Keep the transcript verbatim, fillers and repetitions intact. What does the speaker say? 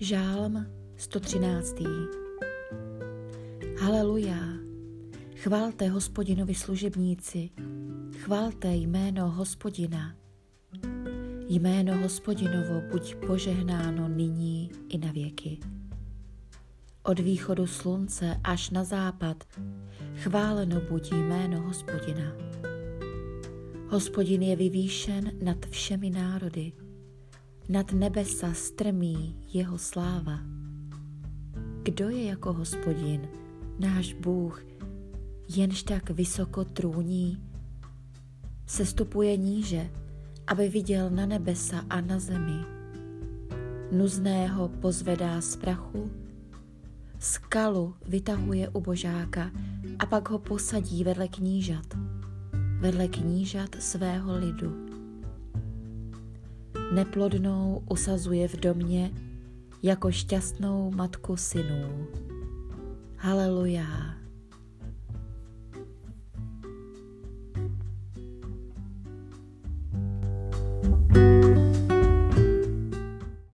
Žálm sto třináct. Haleluja, chválte Hospodinovi služebníci, chválte jméno Hospodina. Jméno Hospodinovo buď požehnáno nyní i na věky. Od východu slunce až na západ chváleno buď jméno Hospodina. Hospodin je vyvýšen nad všemi národy, nad nebesa strmí jeho sláva. Kdo je jako Hospodin, náš Bůh, jenž tak vysoko trůní? Sestupuje níže, aby viděl na nebesa a na zemi. Nuzného pozvedá z prachu, skalu vytahuje ubožáka a pak ho posadí vedle knížat, vedle knížat svého lidu. Neplodnou usazuje v domě jako šťastnou matku synů. Haleluja.